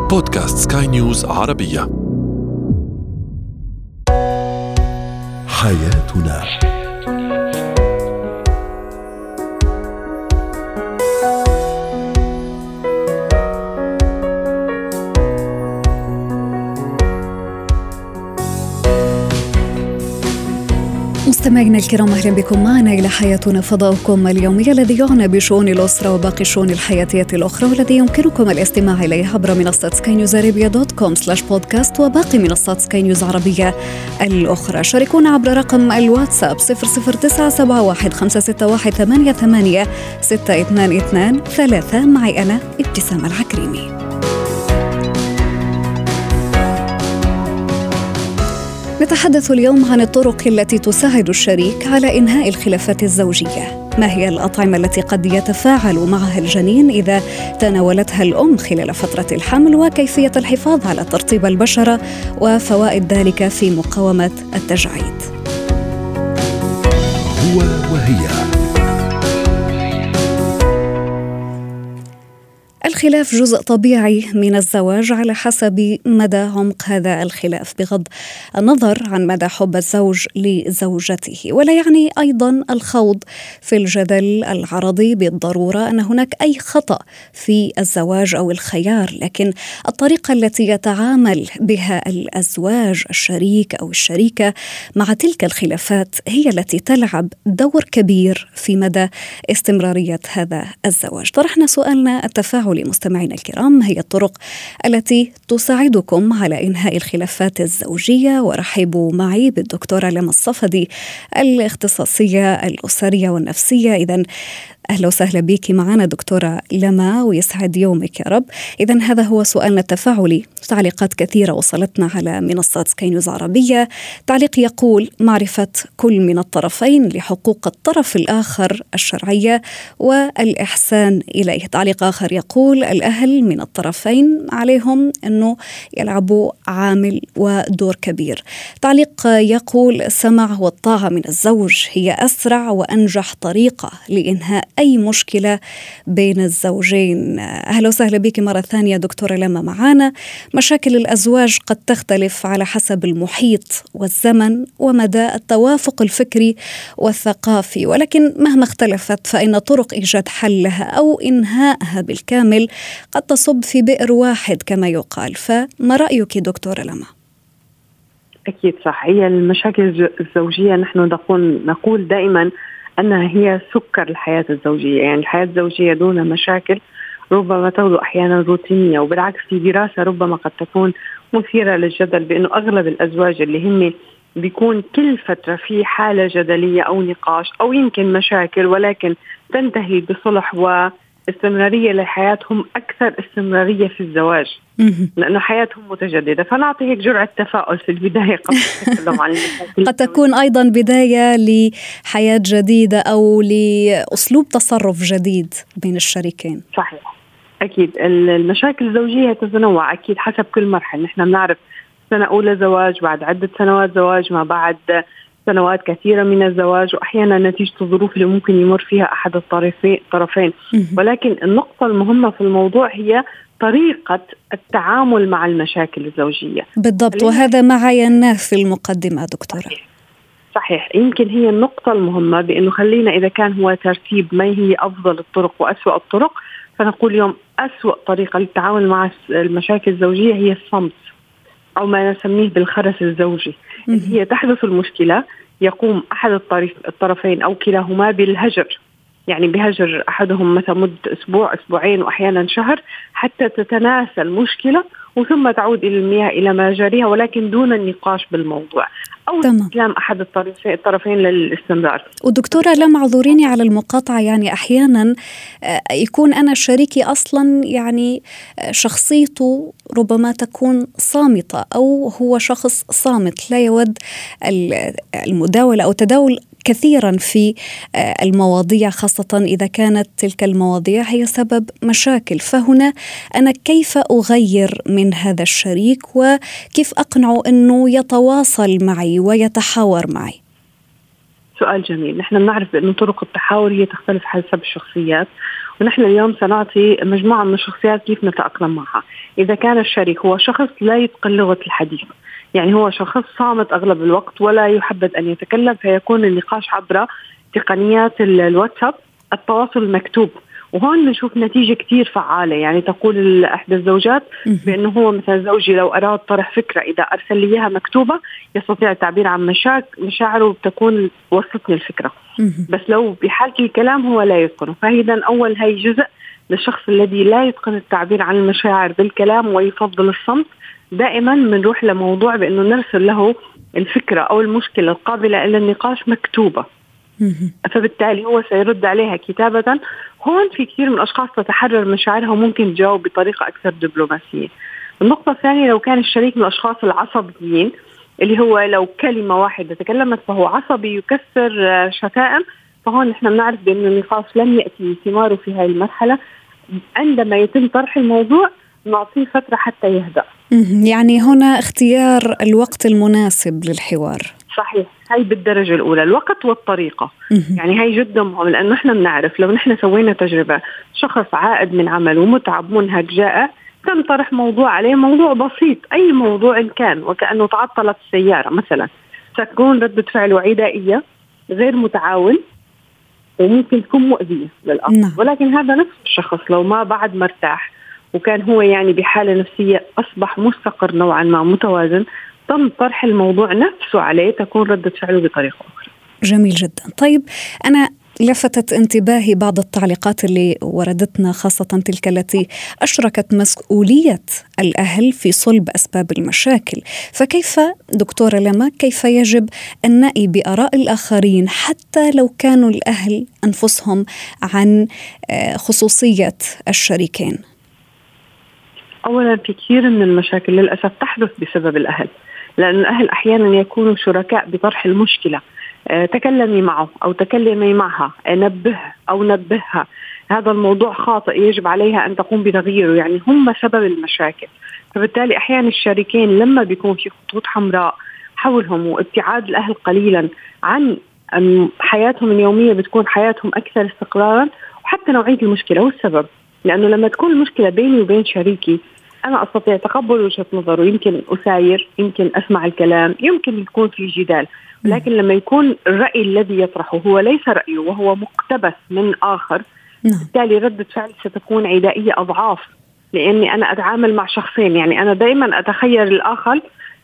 بودكاست سكاي نيوز عربية. حياتنا. مستمعينا الكرام، أهلا بكم معنا إلى حياتنا، فضاؤكم اليومي الذي يعنى بشؤون الأسرة وباقي الشؤون الحياتية الأخرى، والذي يمكنكم الاستماع إليه عبر منصة skynewsarabia.com/podcast وباقي منصات سكاي نيوز عربية الأخرى. شاركونا عبر رقم الواتساب 00971561886223. معي أنا ابتسام العكريمي. نتحدث اليوم عن الطرق التي تساعد الشريك على إنهاء الخلافات الزوجية. ما هي الأطعمة التي قد يتفاعل معها الجنين إذا تناولتها الأم خلال فترة الحمل، وكيفية الحفاظ على ترطيب البشرة وفوائد ذلك في مقاومة التجاعيد. هو وهي. الخلاف جزء طبيعي من الزواج على حسب مدى عمق هذا الخلاف، بغض النظر عن مدى حب الزوج لزوجته. ولا يعني أيضا الخوض في الجدل العرضي بالضرورة أن هناك أي خطأ في الزواج أو الخيار، لكن الطريقة التي يتعامل بها الأزواج الشريك أو الشريكة مع تلك الخلافات هي التي تلعب دور كبير في مدى استمرارية هذا الزواج. طرحنا سؤالنا التفاعلي مستمعينا الكرام: هي الطرق التي تساعدكم على إنهاء الخلافات الزوجية؟ ورحبوا معي بالدكتورة لما الصفدي، الاختصاصية الأسرية والنفسية. إذن أهلا وسهلا بك معنا دكتورة لما، ويسعد يومك يا رب. إذن هذا هو سؤالنا التفاعلي. تعليقات كثيرة وصلتنا على منصات سكاي نيوز عربية. تعليق يقول: معرفة كل من الطرفين لحقوق الطرف الآخر الشرعية والإحسان إليه. تعليق آخر يقول: الأهل من الطرفين عليهم أنه يلعبوا عامل ودور كبير. تعليق يقول: السمع والطاعة من الزوج هي أسرع وأنجح طريقة لإنهاء أي مشكلة بين الزوجين. أهلا وسهلا بك مرة ثانية دكتورة لما معانا. مشاكل الأزواج قد تختلف على حسب المحيط والزمن ومدى التوافق الفكري والثقافي، ولكن مهما اختلفت فإن طرق إيجاد حل لها أو إنهائها بالكامل قد تصب في بئر واحد كما يقال. فما رأيك دكتورة لما؟ أكيد صح. هي المشاكل الزوجية نحن نقول دائما أنها هي سكر الحياة الزوجية. يعني الحياة الزوجية دون مشاكل ربما تبدو أحيانا روتينية، وبالعكس في دراسة ربما قد تكون مثيرة للجدل بأنه أغلب الأزواج اللي هم بيكون كل فترة في حالة جدلية أو نقاش أو يمكن مشاكل، ولكن تنتهي بصلح واستمرارية لحياتهم، أكثر استمرارية في الزواج لأنه حياتهم متجددة. فنعطي هيك جرعة تفاؤل في البداية قبل التكلم عن المشاكل. قد تكون أيضا بداية لحياة جديدة أو لأسلوب تصرف جديد بين الشريكين. صحيح، أكيد المشاكل الزوجية تتنوع أكيد حسب كل مرحلة. نحن بنعرف سنة أولى زواج، بعد عدة سنوات زواج، ما بعد سنوات كثيرة من الزواج، وأحيانا نتيجة الظروف اللي ممكن يمر فيها أحد الطرفين. ولكن النقطة المهمة في الموضوع هي طريقة التعامل مع المشاكل الزوجية. بالضبط، وهذا ما عيناه في المقدمة دكتورة. صحيح. يمكن هي النقطة المهمة بأنه خلينا إذا كان هو ترتيب ما هي أفضل الطرق وأسوأ الطرق، فنقول اليوم أسوأ طريقة للتعامل مع المشاكل الزوجية هي الصمت، أو ما نسميه بالخرس الزوجي. هي تحدث المشكلة، يقوم أحد الطرفين أو كلاهما بالهجر، يعني بهجر أحدهم مثلا مدة أسبوع، أسبوعين، وأحيانا شهر، حتى تتناسى المشكلة وثم تعود إلى المياه إلى مجاريها، ولكن دون النقاش بالموضوع أو استسلام أحد الطرفين للاستمرار. ودكتورة لا، معذوريني على المقاطعة، يعني أحيانا يكون أنا شريكي أصلا يعني شخصيته ربما تكون صامتة، أو هو شخص صامت لا يود المداولة أو تداول كثيرا في المواضيع، خاصة إذا كانت تلك المواضيع هي سبب مشاكل. فهنا أنا كيف أغير من هذا الشريك وكيف أقنعه أنه يتواصل معي ويتحاور معي؟ سؤال جميل. نحن نعرف بأن طرق التحاور هي تختلف حسب الشخصيات، ونحن اليوم سنعطي مجموعة من الشخصيات كيف نتأقلم معها. إذا كان الشريك هو شخص لا يتقن لغة الحديث، يعني هو شخص صامت أغلب الوقت ولا يحبذ أن يتكلم، فيكون النقاش عبر تقنيات الواتساب، التواصل المكتوب. وهون بنشوف نتيجة كتير فعالة. يعني تقول إحدى الزوجات بأنه هو مثلا زوجي لو أراد طرح فكرة إذا أرسل لي إياها مكتوبة يستطيع التعبير عن مشاعره وبتكون وصلتني الفكرة. بس لو بحالة الكلام هو لا يتقنه، فإذا أول هاي جزء للشخص الذي لا يتقن التعبير عن المشاعر بالكلام ويفضل الصمت. دائما بنروح لموضوع بأنه نرسل له الفكرة أو المشكلة القابلة إلى النقاش مكتوبة، فبالتالي هو سيرد عليها كتابة. هون في كثير من الأشخاص تتحرر مشاعرها وممكن تجاوب بطريقة أكثر دبلوماسية. النقطة الثانية، لو كان الشريك من الأشخاص العصبيين اللي هو لو كلمة واحدة تكلمت فهو عصبي يكسر شتائم، فهون نحن بنعرف بأن النقاش لم يأتي ثماره في هذه المرحلة. عندما يتم طرح الموضوع نعطيه فترة حتى يهدأ. يعني هنا اختيار الوقت المناسب للحوار. صحيح، هاي بالدرجة الأولى الوقت والطريقة. يعني هاي جدا مهم، لأنه نحن بنعرف لو نحن سوينا تجربة شخص عائد من عمل ومتعب منهك جاء تم طرح موضوع عليه، موضوع بسيط أي موضوع إن كان، وكأنه تعطلت السيارة مثلا، ستكون ردة فعله عدائية غير متعاون وممكن تكون مؤذية للآخر. ولكن هذا نفس الشخص لو ما بعد مرتاح وكان هو يعني بحالة نفسية أصبح مستقر نوعا ما متوازن، تم طرح الموضوع نفسه عليه، تكون ردة فعله بطريقة أخرى. جميل جدا. طيب أنا لفتت انتباهي بعض التعليقات اللي وردتنا، خاصة تلك التي أشركت مسؤولية الأهل في صلب أسباب المشاكل. فكيف دكتورة لما كيف يجب أن نأي بآراء الآخرين حتى لو كانوا الأهل أنفسهم عن خصوصية الشريكين؟ أولا في كثير من المشاكل للأسف تحدث بسبب الأهل، لأن الأهل أحيانا يكونوا شركاء بطرح المشكلة. تكلمي معه أو تكلمي معها، نبه أو نبهها، هذا الموضوع خاطئ يجب عليها أن تقوم بتغييره. يعني هم سبب المشاكل. فبالتالي أحيانا الشريكين لما بيكون في خطوط حمراء حولهم وابتعاد الأهل قليلا عن حياتهم اليومية، بتكون حياتهم أكثر استقرارا. وحتى نوعية المشكلة والسبب، لأنه لما تكون المشكلة بيني وبين شريكي أنا أستطيع تقبل وجهة نظره، يمكن أساير، يمكن أسمع الكلام، يمكن يكون في جدال. لكن لما يكون الرأي الذي يطرحه هو ليس رأيه وهو مقتبس من آخر، بالتالي ردة فعل ستكون عدائية أضعاف، لأني أنا أتعامل مع شخصين. يعني أنا دائما أتخير الآخر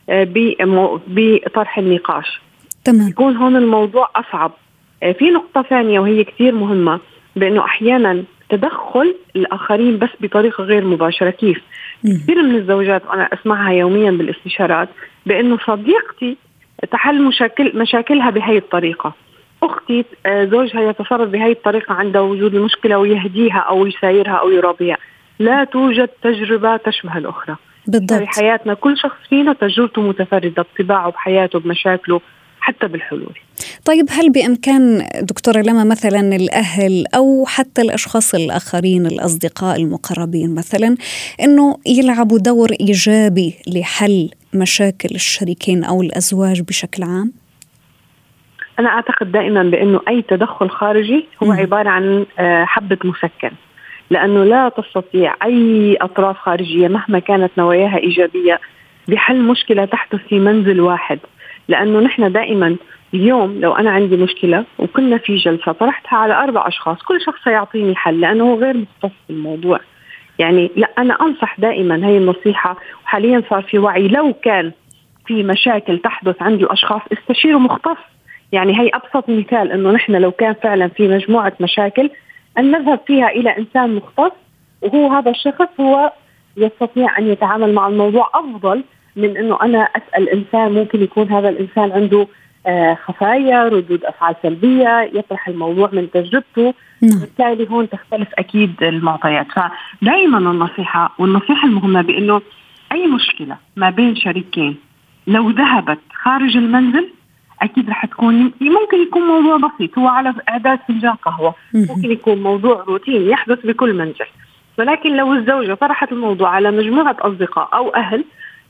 بطرح النقاش. يكون هون الموضوع أصعب. في نقطة ثانية وهي كثير مهمة، بأنه أحيانا تدخل الآخرين بس بطريقة غير مباشرة. كيف؟ كثير من الزوجات وأنا أسمعها يوميا بالاستشارات بأنه صديقتي تحل مشاكلها بهاي الطريقة، أختي زوجها يتصرف بهاي الطريقة عند وجود المشكلة ويهديها أو يسايرها أو يراضيها. لا توجد تجربة تشبه الأخرى. بالضبط. في حياتنا كل شخص فينا تجربته متفردة، بطباعه، بحياته، بمشاكله، حتى بالحلول. طيب هل بإمكان دكتورة لما مثلا الأهل أو حتى الأشخاص الآخرين الأصدقاء المقربين مثلا أنه يلعبوا دور إيجابي لحل مشاكل الشريكين أو الأزواج بشكل عام؟ أنا أعتقد دائما بأنه أي تدخل خارجي هو عبارة عن حبة مسكن، لأنه لا تستطيع أي أطراف خارجية مهما كانت نواياها إيجابية بحل مشكلة تحدث في منزل واحد. لأنه نحن دائما اليوم لو أنا عندي مشكلة وكنا في جلسة طرحتها على 4 أشخاص، كل شخص سيعطيني حل لأنه غير مختص في الموضوع. يعني لا، أنا أنصح دائما هي النصيحة، وحاليا صار في وعي، لو كان في مشاكل تحدث عند الأشخاص استشيروا مختص. يعني هي أبسط مثال، أنه نحن لو كان فعلا في مجموعة مشاكل أن نذهب فيها إلى إنسان مختص، وهو هذا الشخص هو يستطيع أن يتعامل مع الموضوع أفضل من أنه أنا أسأل إنسان ممكن يكون هذا الإنسان عنده خفايا، ردود أفعال سلبية، يطرح الموضوع من تجربته. بالتالي هون تختلف أكيد المعطيات. فدائما النصيحة المهمة بأنه أي مشكلة ما بين شريكين لو ذهبت خارج المنزل أكيد رح تكون، ممكن يكون موضوع بسيط هو على إعداد فنجان قهوة، ممكن يكون موضوع روتين يحدث بكل منزل. ولكن لو الزوجة طرحت الموضوع على مجموعة أصدقاء أو أهل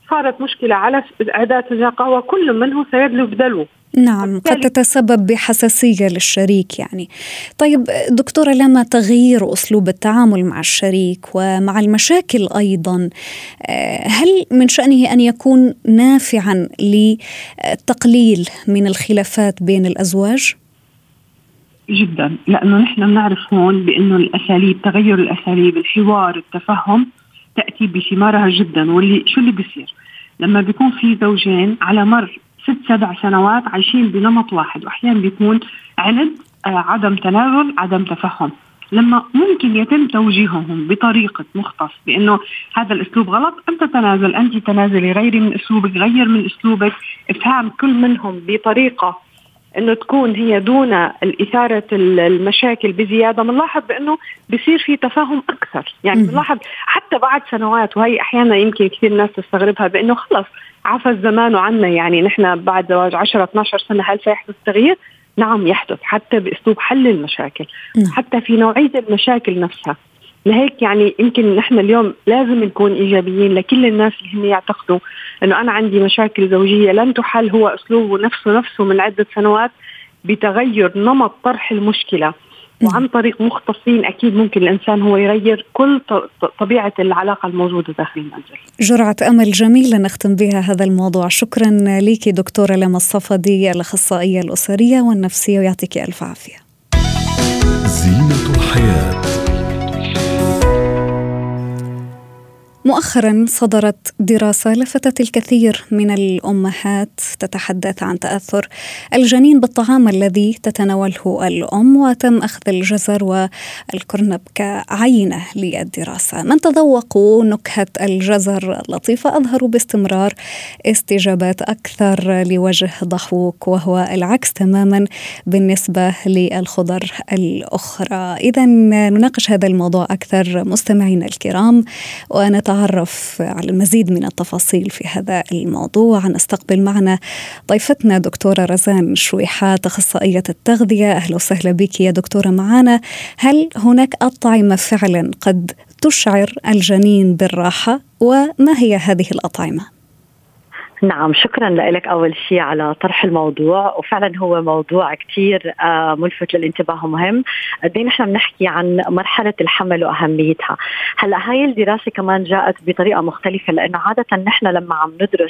صارت مشكلة على أداة القهوة، كل منه سيدلو بدلو. نعم، قد تتسبب بحساسية للشريك يعني. طيب دكتورة لما، تغيير أسلوب التعامل مع الشريك ومع المشاكل أيضا، هل من شأنه أن يكون نافعا لتقليل من الخلافات بين الأزواج؟ جدا، لأنه نحن بنعرف هون بأنه الأساليب، تغير الأساليب، الحوار، التفهم تأتي بثمارها جدا. شو اللي بيصير لما بيكون في زوجين على مر 6-7 سنوات عايشين بنمط واحد، وأحيانا بيكون عند عدم تنازل، عدم تفهم، لما ممكن يتم توجيههم بطريقة مختص بأنه هذا الأسلوب غلط، أنت تنازل، أنت تنازلي، غيري من أسلوبك، غير من أسلوبك، افهام كل منهم بطريقة أنه تكون هي دون إثارة المشاكل بزيادة. بنلاحظ بأنه بيصير في تفاهم أكثر، يعني بنلاحظ حتى بعد سنوات، وهي أحيانا يمكن كثير ناس تستغربها بأنه خلص عفى الزمان عنا، يعني نحن بعد زواج 10-12 سنة هل سيحدث تغيير؟ نعم يحدث، حتى بأسلوب حل المشاكل، حتى في نوعية المشاكل نفسها. لهيك يعني يمكن نحن اليوم لازم نكون إيجابيين لكل الناس اللي هم يعتقدوا أنه أنا عندي مشاكل زوجية لن تحل، هو أسلوبه نفسه من عدة سنوات بتغير نمط طرح المشكلة، وعن طريق مختصين أكيد ممكن الإنسان هو يغير كل طبيعة العلاقة الموجودة داخل المنزل. جرعة أمل جميلة نختم بها هذا الموضوع. شكرا لك دكتورة لما الصفدي، الأخصائية الأسرية والنفسية، ويعطيك ألف عافية. زينة الحياة. مؤخرا صدرت دراسة لفتت الكثير من الأمهات تتحدث عن تأثر الجنين بالطعام الذي تتناوله الأم، وتم أخذ الجزر والكرنب كعينة للدراسة. من تذوقوا نكهة الجزر اللطيفة أظهروا باستمرار استجابات أكثر لوجه ضحوك، وهو العكس تماما بالنسبة للخضر الأخرى. إذن نناقش هذا الموضوع أكثر مستمعينا الكرام، ونتعرف على المزيد من التفاصيل في هذا الموضوع. نستقبل معنا ضيفتنا دكتورة رزان شويحات، أخصائية التغذية. أهلا وسهلا بك يا دكتورة معنا. هل هناك أطعمة فعلا قد تشعر الجنين بالراحة، وما هي هذه الأطعمة؟ نعم، شكرا لك أول شيء على طرح الموضوع، وفعلا هو موضوع كتير ملفت للانتباه ومهم. قد ايه نحن بنحكي عن مرحلة الحمل وأهميتها. هلا هاي الدراسة كمان جاءت بطريقة مختلفة، لأنه عادة نحن لما عم ندرس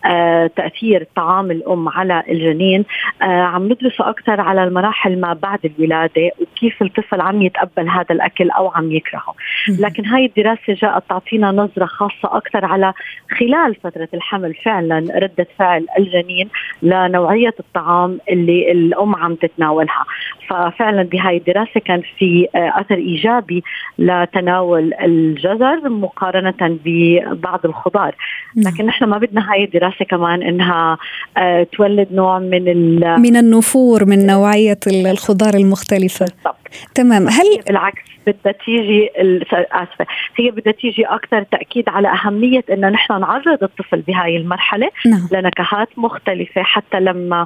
تأثير طعام الأم على الجنين عم ندرسه أكثر على المراحل ما بعد الولادة، وكيف الطفل عم يتقبل هذا الأكل أو عم يكرهه. لكن هاي الدراسة جاءت تعطينا نظرة خاصة أكثر على خلال فترة الحمل، فعلا ردة فعل الجنين لنوعية الطعام اللي الأم عم تتناولها. ففعلا بهاي الدراسة كان في أثر إيجابي لتناول الجزر مقارنة ببعض الخضار. لكن نحن ما بدنا هاي الدراسة كمان إنها تولد نوع من النفور من نوعية الخضار المختلفة. تمام. هل بالعكس بدها تيجي هي بدها تيجي أكثر تأكيد على أهمية إنه نحن نعرض الطفل بهاي المرحلة لنكهات مختلفة، حتى لما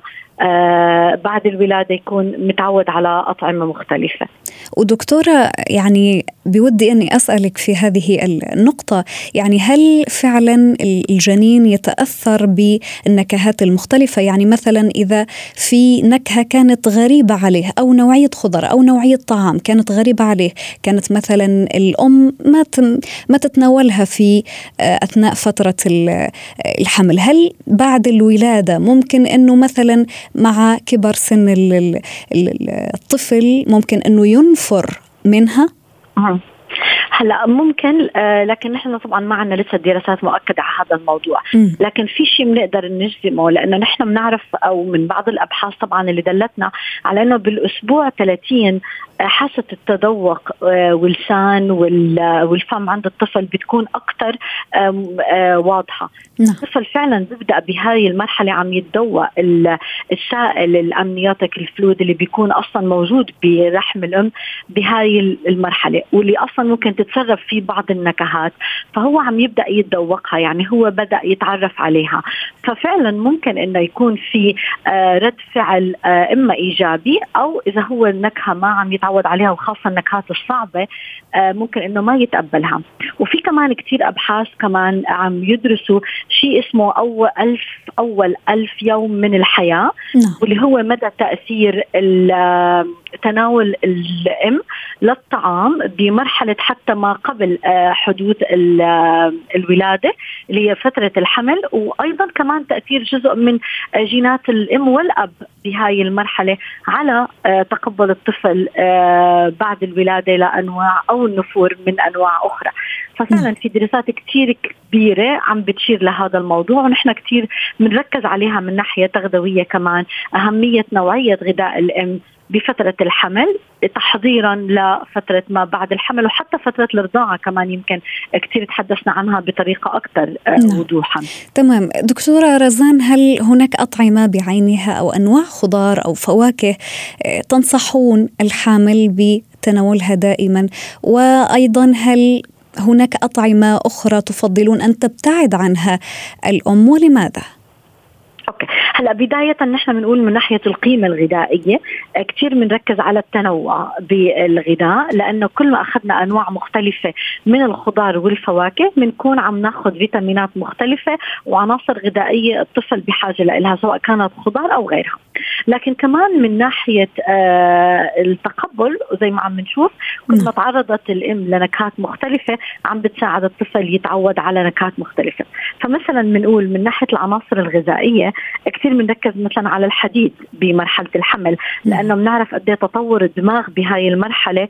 بعد الولادة يكون متعود على أطعمة مختلفة. ودكتورة يعني بودي أني أسألك في هذه النقطة، يعني هل فعلا الجنين يتأثر بالنكهات المختلفة؟ يعني مثلا إذا في نكهة كانت غريبة عليه، أو نوعية خضر أو نوعية طعام كانت غريبة عليه، كانت مثلا الأم ما تتناولها في أثناء فترة الحمل، هل بعد الولادة ممكن أنه مثلا مع كبر سن الطفل ممكن أنه ينفر منها؟ هلا ممكن، لكن نحن طبعا ما عندنا لسه دراسات مؤكدة على هذا الموضوع. لكن في شيء بنقدر نجزمه، لأنه نحن بنعرف أو من بعض الأبحاث طبعا اللي دلتنا على أنه بالأسبوع 30 حاسة التذوق واللسان والفم عند الطفل بتكون أكتر واضحة. الطفل فعلا بيبدأ بهاي المرحلة عم يتذوق السائل الأمنيوتيك الفلويد اللي بيكون أصلا موجود برحم الأم بهاي المرحلة، واللي أصلا أصلا ممكن تتسرب فيه بعض النكهات، فهو عم يبدأ يتذوقها، يعني هو بدأ يتعرف عليها. ففعلا ممكن إنه يكون في رد فعل إما إيجابي، أو إذا هو النكهة ما عم يتعود عليها، وخاصة النكهات الصعبة ممكن إنه ما يتقبلها. وفي كمان كتير أبحاث كمان عم يدرسوا شيء اسمه أول 1000 يوم من الحياة، واللي هو مدى تأثير تناول الأم للطعام بمرحلة حتى ما قبل حدوث الولادة اللي هي فترة الحمل، وأيضا كمان تأثير جزء من جينات الأم والأب بهاي المرحلة على تقبل الطفل بعد الولادة لأنواع أو النفور من أنواع أخرى. ففعلا في دراسات كتير كبيرة عم بتشير لهذا الموضوع، ونحن كتير بنركز عليها من ناحية تغذوية كمان، أهمية نوعية غذاء الأم بفترة الحمل تحضيرا لفترة ما بعد الحمل، وحتى فترة الرضاعة كمان يمكن كتير تحدثنا عنها بطريقة أكثر وضوحا. تمام دكتورة رزان، هل هناك أطعمة بعينها أو أنواع خضار أو فواكه تنصحون الحامل بتناولها دائما؟ وأيضا هل هناك أطعمة أخرى تفضلون أن تبتعد عنها الأم، ولماذا؟ أوكي، هلا بداية نحن بنقول من ناحية القيمة الغذائية كتير بنركز على التنوع بالغذاء، لأنه كل ما أخذنا أنواع مختلفة من الخضار والفواكه بنكون عم ناخذ فيتامينات مختلفة وعناصر غذائية الطفل بحاجة لها، سواء كانت خضار أو غيرها. لكن كمان من ناحية التقبل، وزي ما عم نشوف كل ما تعرضت الأم لنكهات مختلفة عم بتساعد الطفل يتعود على نكهات مختلفة. فمثلا بنقول من ناحية العناصر الغذائية كتير بنركز مثلا على الحديد بمرحلة الحمل، لأنه بنعرف قد ايه تطور الدماغ بهاي المرحلة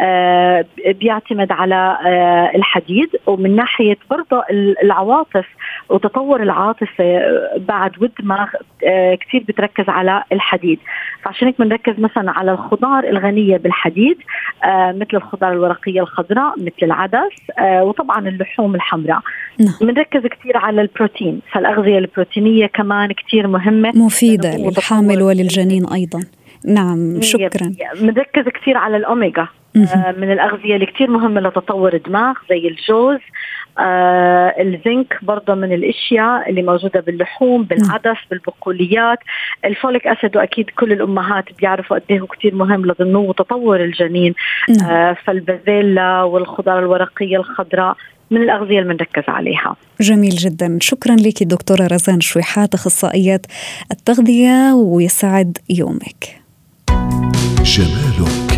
بيعتمد على الحديد. ومن ناحية برضه العواطف وتطور العاطفة بعد والدماغ كتير بتركز على الحديد. فعشان هيك بنركز مثلا على الخضار الغنية بالحديد مثل الخضار الورقية الخضراء مثل العدس، وطبعا اللحوم الحمراء. بنركز كتير على البروتين، فالأغذية البروتينية كمان كتير مهمة مفيدة للحامل وللجنين أيضا. نعم شكرا. بنركز كتير على الأوميغا من الأغذية اللي كتير مهمة لتطور الدماغ، زي الجوز. الزنك برضه من الاشياء اللي موجوده باللحوم، بالعدس، بالبقوليات. الفوليك اسيد واكيد كل الامهات بيعرفوا قد ايه هو كثير مهم للنمو وتطور الجنين. فالبازيلا والخضار الورقيه الخضراء من الأغذية اللي بنركز عليها. جميل جدا، شكرا لك دكتورة رزان شويحات، أخصائية التغذية، ويسعد يومك. جمالك.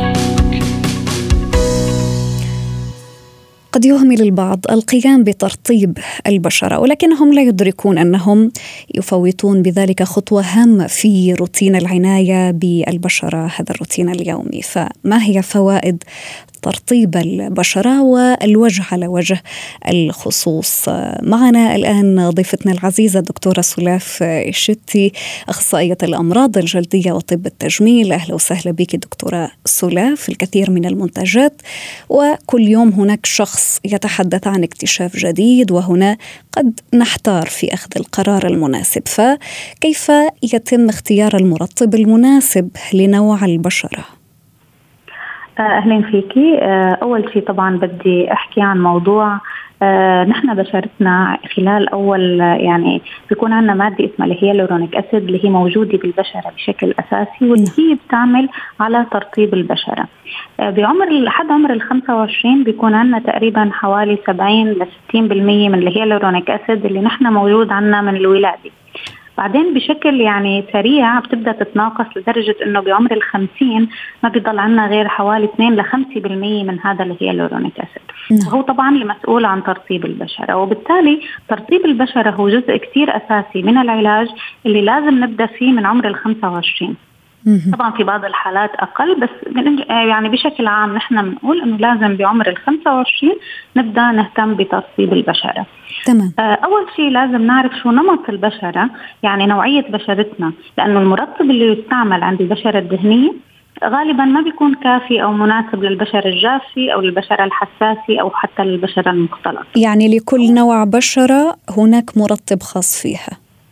قد يهمل البعض القيام بترطيب البشرة، ولكنهم لا يدركون أنهم يفوتون بذلك خطوة هامة في روتين العناية بالبشرة، هذا الروتين اليومي. فما هي فوائد ترطيب البشرة والوجه على وجه الخصوص؟ معنا الآن ضيفتنا العزيزة دكتورة سلاف الشتي، أخصائية الأمراض الجلدية وطب التجميل. أهلا وسهلا بك دكتورة سلاف. الكثير من المنتجات وكل يوم هناك شخص يتحدث عن اكتشاف جديد، وهنا قد نحتار في أخذ القرار المناسب. فكيف يتم اختيار المرطب المناسب لنوع البشرة؟ أهلا فيكي. أول شيء طبعا بدي أحكي عن موضوع نحن بشرتنا خلال أول يعني بيكون عندنا مادة اسمها الهيالورونيك أسيد اللي هي موجودة بالبشرة بشكل أساسي، واللي هي بتعمل على ترطيب البشرة. لحد عمر 25 بيكون عندنا تقريبا حوالي 70 ل 60% من الهيالورونيك أسيد اللي نحن موجود عندنا من الولادة. بعدين بشكل يعني سريع بتبدأ تتناقص لدرجة أنه بعمر 50 ما بيضل عنا غير حوالي 2 ل 5% من هذا الهيالورونيك أسيد، وهو طبعا المسؤول عن ترطيب البشرة. وبالتالي ترطيب البشرة هو جزء كتير أساسي من العلاج اللي لازم نبدأ فيه من عمر 25. طبعا في بعض الحالات أقل، بس يعني بشكل عام نحن بنقول أنه لازم بعمر 25 نبدأ نهتم بترطيب البشرة. تمام. أول شيء لازم نعرف شو نمط البشرة، يعني نوعية بشرتنا، لأنه المرطب اللي يستعمل عند البشرة الدهنية غالبا ما بيكون كافي أو مناسب للبشرة الجافة أو للبشرة الحساسة أو حتى للبشرة المختلطة. يعني لكل نوع بشرة هناك مرطب خاص فيها؟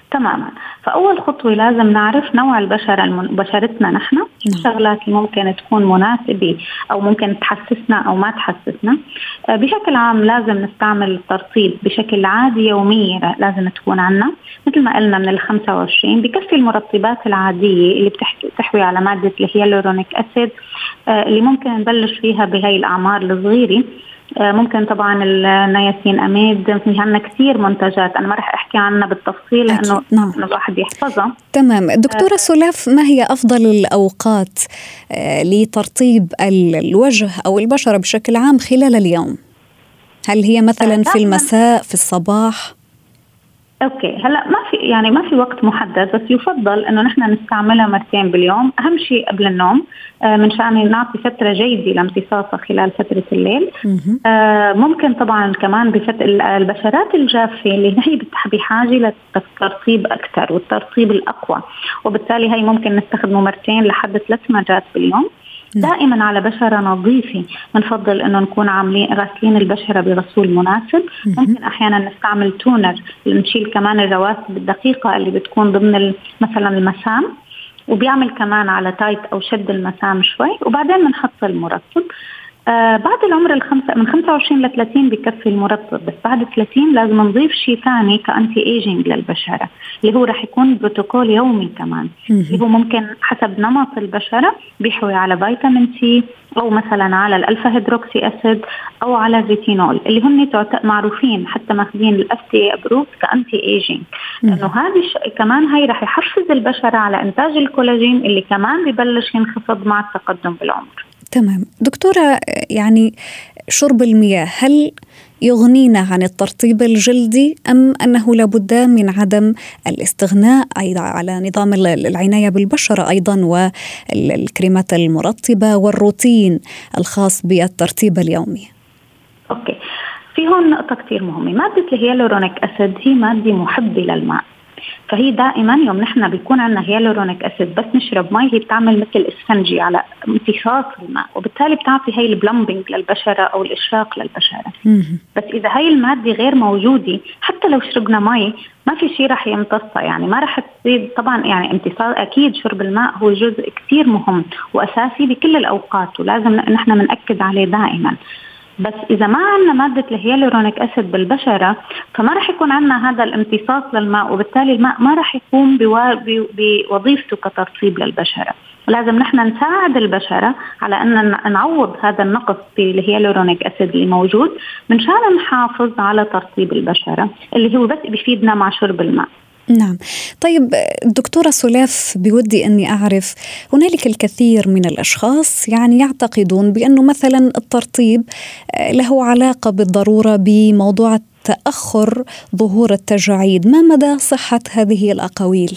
تماما. فأول خطوة لازم نعرف نوع البشرة بشرتنا نحن، الشغلات اللي ممكن تكون مناسبة أو ممكن تحسسنا أو ما تحسسنا. بشكل عام لازم نستعمل الترطيب بشكل عادي يوميا، لازم تكون عنا مثل ما قلنا من 25. بكفي المرطبات العادية اللي بتحوي على مادة الهيالورونيك أسيد اللي ممكن نبلش فيها بهاي الأعمار الصغيرة. ممكن طبعا النياسين أميد، في عنا كثير منتجات أنا ما رح أحكي عنها بالتفصيل لأنه الواحد يحفظها. تمام. دكتورة سلاف، ما هي أفضل الأوقات لترطيب الوجه أو البشرة بشكل عام خلال اليوم؟ هل هي مثلا في المساء، في الصباح؟ اوكي، هلا ما في وقت محدد، بس يفضل انه نحن نستعملها مرتين باليوم، اهم شيء قبل النوم من شان نعطي فتره جيده لامتصاصها خلال فتره الليل. ممكن طبعا كمان البشرات الجافه اللي هي بحاجه للترطيب اكثر والترطيب الاقوى، وبالتالي هي ممكن نستخدمه مرتين لحد 3 مرات باليوم. دائما على بشرة نظيفة بنفضل انه نكون غاسلين البشرة بغسول مناسب. ممكن احيانا نستعمل تونر نشيل كمان الرواسب الدقيقة اللي بتكون ضمن مثلا المسام، وبيعمل كمان على تايت او شد المسام شوي، وبعدين بنحط المرطب. بعد العمر من 25 ل 30 بكفي المرطب، بس بعد 30 لازم نضيف شيء ثاني كأنتي ايجينج للبشرة اللي هو رح يكون بروتوكول يومي كمان، اللي هو ممكن حسب نمط البشرة بيحوي على فيتامين سي أو مثلا على الألفا هيدروكسي أسيد أو على الريتينول اللي هم معروفين حتى ماخذين الأفتي أبروف كأنتي ايجينج، لأنه هذه كمان هي رح يحفز البشرة على إنتاج الكولاجين اللي كمان ببلش ينخفض مع التقدم بالعمر. تمام. دكتورة، يعني شرب المياه هل يغنينا عن الترطيب الجلدي أم أنه لابد من عدم الاستغناء أيضا على نظام العناية بالبشرة أيضا والكريمات المرطبة والروتين الخاص بالترطيب اليومي؟ أوكي، في هون نقطة كتير مهمة. مادة الهيالورونيك أسيد هي مادة محبة للماء، فهي دائما يوم نحن بيكون عندنا هيالورونيك أسيد بس نشرب مي، هي بتعمل مثل اسفنجي على امتصاص الماء، وبالتالي بتعطي هي البلمبينج للبشرة أو الإشراق للبشرة. بس إذا هاي المادة غير موجودة حتى لو شربنا مي ما في شيء رح يمتصها، يعني ما رح تزيد طبعا. يعني امتصاص أكيد شرب الماء هو جزء كتير مهم وأساسي بكل الأوقات، ولازم نحن منأكد عليه دائما. بس إذا ما عندنا مادة الهيالورونيك أسيد بالبشرة فما رح يكون عندنا هذا الامتصاص للماء، وبالتالي الماء ما رح يقوم بوظيفته كترطيب للبشرة. لازم نحن نساعد البشرة على أن نعوض هذا النقص في الهيالورونيك أسيد اللي موجود من شان نحافظ على ترطيب البشرة اللي هو بس بيفيدنا مع شرب الماء. نعم. طيب دكتورة سلاف، بودي أني أعرف، هنالك الكثير من الأشخاص يعني يعتقدون بأنه مثلا الترطيب له علاقة بالضرورة بموضوع تأخر ظهور التجاعيد. ما مدى صحة هذه الأقاويل؟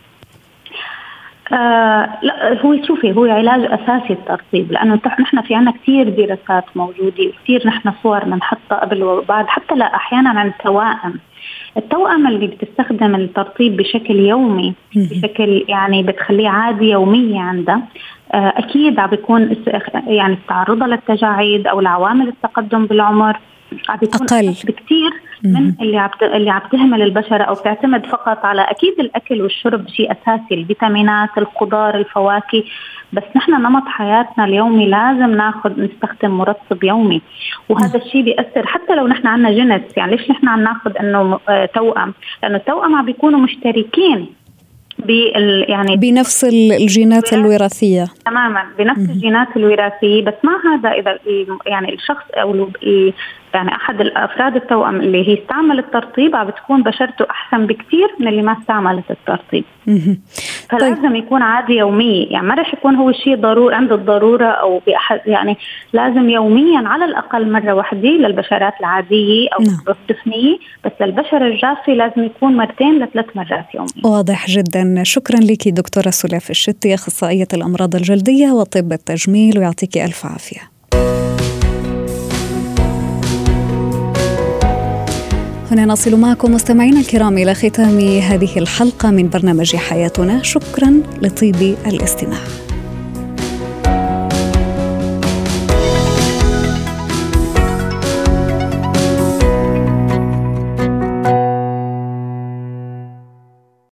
لا، هو علاج أساسي الترطيب، لأنه نحن في عنا كتير دراسات موجودة وكتير نحن صور بنحطها قبل وبعد، حتى لا أحيانا عن التوأم اللي بتستخدم الترطيب بشكل يومي بشكل يعني بتخليه عادي يومية عندها، أكيد عم بيكون يعني تعرضها للتجاعيد أو لعوامل التقدم بالعمر عم بيكون أقل بكتير من اللي عم تهمل البشرة أو بتعتمد فقط على أكيد الأكل والشرب شيء أساسي، الفيتامينات، الخضار، الفواكه، بس نحن نمط حياتنا اليومي لازم نستخدم مرطب يومي، وهذا الشيء بيأثر حتى لو نحن عنا جنس. يعني ليش نحن عم ناخذ إنه توأم؟ لأنه التوأم عم بيكونوا مشتركين يعني بنفس الجينات الوراثية، تماما بنفس الجينات الوراثية، بس مع هذا إذا يعني الشخص أو يعني أحد الأفراد التوأم اللي هي استعمل الترطيب عم بتكون بشرته أحسن بكتير من اللي ما استعملت الترطيب. فلازم يكون عادي يومي، يعني ما رح يكون هو شيء ضروري عند الضرورة أو بأحد، يعني لازم يوميا على الأقل مرة واحدة للبشرات العادية أو الدفنية، بس للبشرة الجافة لازم يكون 2 ل3 مرات يوميا. واضح جدا. شكرا لك دكتورة سلاف الشتي، أخصائية الأمراض الجلدية وطب التجميل، ويعطيك ألف عافية. هنا نصل معكم مستمعينا الكرام إلى ختام هذه الحلقة من برنامج حياتنا. شكرا لطيب الاستماع.